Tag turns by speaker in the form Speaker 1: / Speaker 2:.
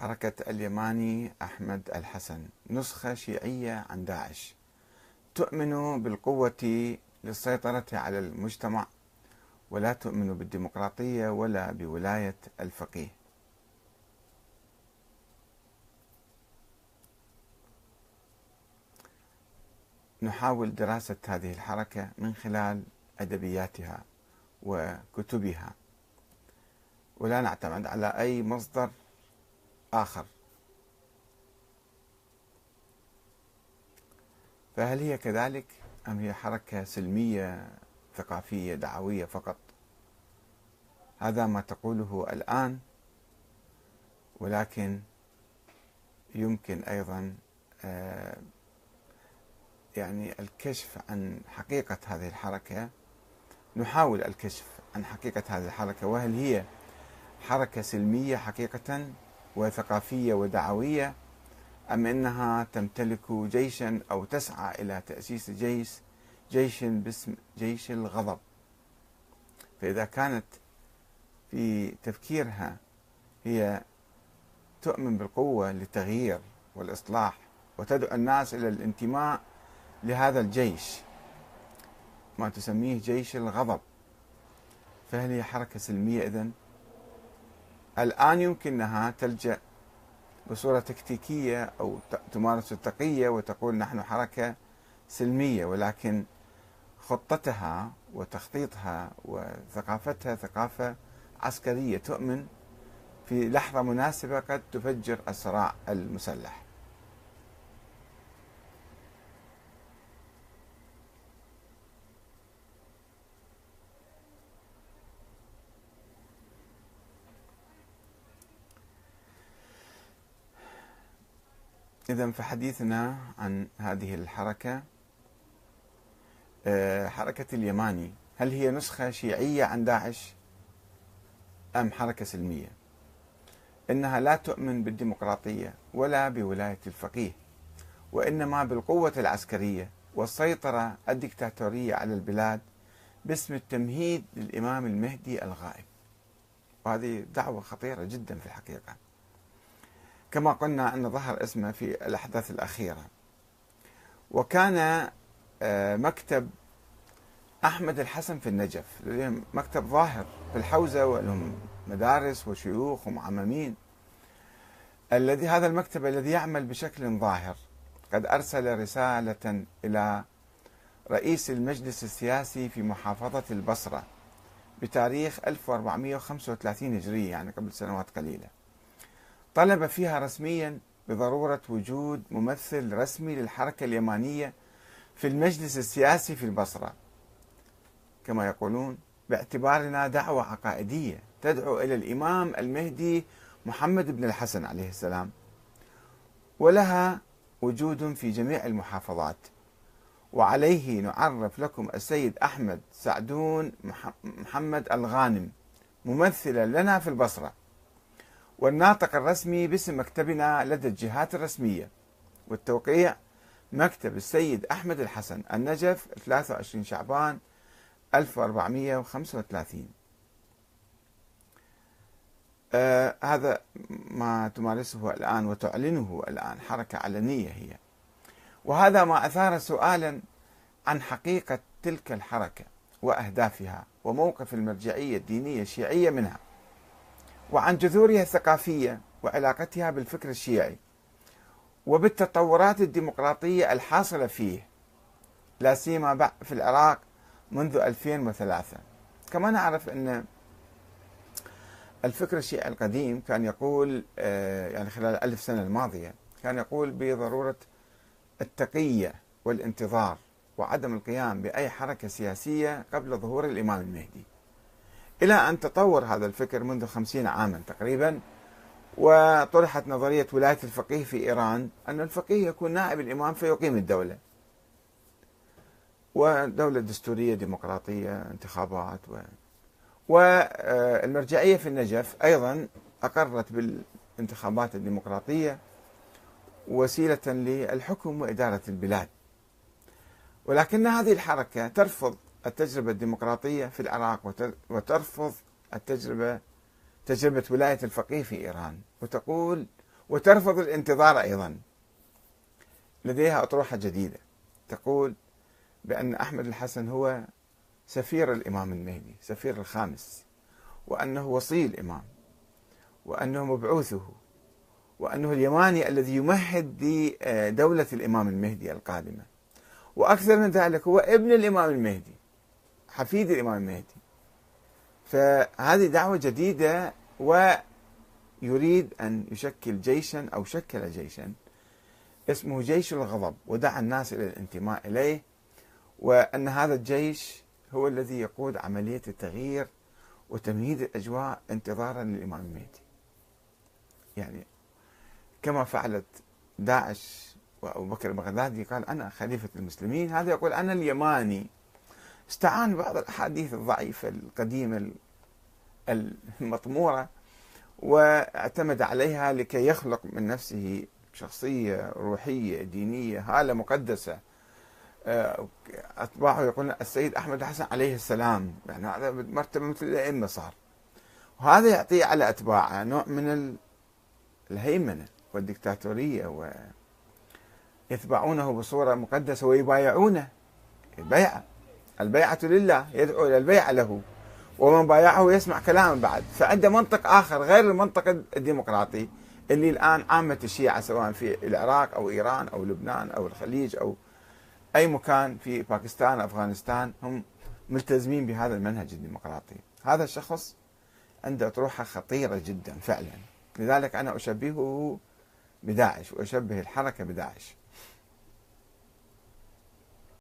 Speaker 1: حركة اليماني أحمد الحسن نسخة شيعية عن داعش، تؤمن بالقوة للسيطرة على المجتمع، ولا تؤمن بالديمقراطية ولا بولاية الفقيه. نحاول دراسة هذه الحركة من خلال أدبياتها وكتبها، ولا نعتمد على أي مصدر آخر. فهل هي كذلك أم هي حركة سلمية ثقافية دعوية فقط؟ هذا ما تقوله الآن، ولكن يمكن أيضا الكشف عن حقيقة هذه الحركة. نحاول الكشف عن حقيقة هذه الحركة، وهل هي حركة سلمية حقيقة وثقافية ودعوية، أم أنها تمتلك جيشا أو تسعى إلى تأسيس جيش باسم جيش الغضب. فإذا كانت في تفكيرها هي تؤمن بالقوة للتغيير والإصلاح وتدعو الناس إلى الانتماء لهذا الجيش، ما تسميه جيش الغضب، فهل هي حركة سلمية إذن؟ الآن يمكنها تلجأ بصورة تكتيكية أو تمارس التقية وتقول نحن حركة سلمية، ولكن خطتها وتخطيطها وثقافتها ثقافة عسكرية، تؤمن في لحظة مناسبة قد تفجر الصراع المسلح. إذن فحديثنا عن هذه الحركة، حركة اليماني، هل هي نسخة شيعية عن داعش أم حركة سلمية؟ إنها لا تؤمن بالديمقراطية ولا بولاية الفقيه، وإنما بالقوة العسكرية والسيطرة الدكتاتورية على البلاد باسم التمهيد للإمام المهدي الغائب. وهذه دعوة خطيرة جدا في الحقيقة، كما قلنا أن ظهر اسمه في الأحداث الأخيرة. وكان مكتب أحمد الحسن في النجف، مكتب ظاهر في الحوزة ولهم مدارس وشيوخ ومعممين. هذا المكتب الذي يعمل بشكل ظاهر قد أرسل رسالة إلى رئيس المجلس السياسي في محافظة البصرة بتاريخ 1435 هجرية، يعني قبل سنوات قليلة، طلب فيها رسميا بضرورة وجود ممثل رسمي للحركة اليمانية في المجلس السياسي في البصرة، كما يقولون باعتبارنا دعوة عقائدية تدعو إلى الإمام المهدي محمد بن الحسن عليه السلام، ولها وجود في جميع المحافظات، وعليه نعرف لكم السيد أحمد سعدون محمد الغانم ممثلا لنا في البصرة، والناطق الرسمي باسم مكتبنا لدى الجهات الرسمية، والتوقيع مكتب السيد أحمد الحسن، النجف، 23 شعبان 1435. هذا ما تمارسه الآن وتعلنه الآن، حركة علنية هي. وهذا ما أثار سؤالا عن حقيقة تلك الحركة وأهدافها وموقف المرجعية الدينية الشيعية منها، وعن جذورها الثقافية وعلاقتها بالفكر الشيعي وبالتطورات الديمقراطية الحاصلة فيه، لا سيما في العراق منذ 2003. كما نعرف أن الفكر الشيعي القديم كان يقول خلال 1000 سنة الماضية كان يقول بضرورة التقية والانتظار وعدم القيام بأي حركة سياسية قبل ظهور الإمام المهدي، إلى أن تطور هذا الفكر منذ 50 عاما تقريبا، وطرحت نظرية ولاية الفقيه في إيران، أن الفقيه يكون نائب الإمام فيقيم الدولة، ودولة دستورية ديمقراطية، انتخابات والمرجعية في النجف أيضا أقرت بالانتخابات الديمقراطية وسيلة للحكم وإدارة البلاد. ولكن هذه الحركة ترفض التجربة الديمقراطية في العراق، وترفض تجربة ولاية الفقيه في إيران، وترفض الانتظار أيضا. لديها أطروحة جديدة تقول بأن أحمد الحسن هو سفير الإمام المهدي، سفير الخامس، وأنه وصي الإمام، وأنه مبعوثه، وأنه اليماني الذي يمهد لدولة الإمام المهدي القادمة، وأكثر من ذلك هو ابن الإمام المهدي، حفيد الإمام المهدي. فهذه دعوة جديدة، ويريد أن يشكل جيشا أو شكل جيشا اسمه جيش الغضب، ودعا الناس إلى الانتماء إليه، وأن هذا الجيش هو الذي يقود عملية التغيير وتمهيد الأجواء انتظارا للإمام المهدي. يعني كما فعلت داعش وأبو بكر البغدادي قال أنا خليفة المسلمين، هذا يقول أنا اليماني. استعان بعض الأحاديث الضعيفة القديمة المطمورة واعتمد عليها لكي يخلق من نفسه شخصية روحية دينية هالة مقدسة. أتباعه يقولون السيد أحمد الحسن عليه السلام، يعني هذا مرتبة مثل الأئمة صار، وهذا يعطيه على أتباعه نوع من الهيمنة والدكتاتورية، ويتبعونه بصورة مقدسة ويبايعونه. البيعة لله، يدعو إلى البيعة له، ومن بايعه يسمع كلامه بعد. فعنده منطق آخر غير المنطق الديمقراطي اللي الآن عامة الشيعة سواء في العراق أو إيران أو لبنان أو الخليج أو أي مكان في باكستان أو أفغانستان هم ملتزمين بهذا المنهج الديمقراطي. هذا الشخص عنده أطروحة خطيرة جدا فعلا، لذلك أنا أشبهه بداعش وأشبه الحركة بداعش.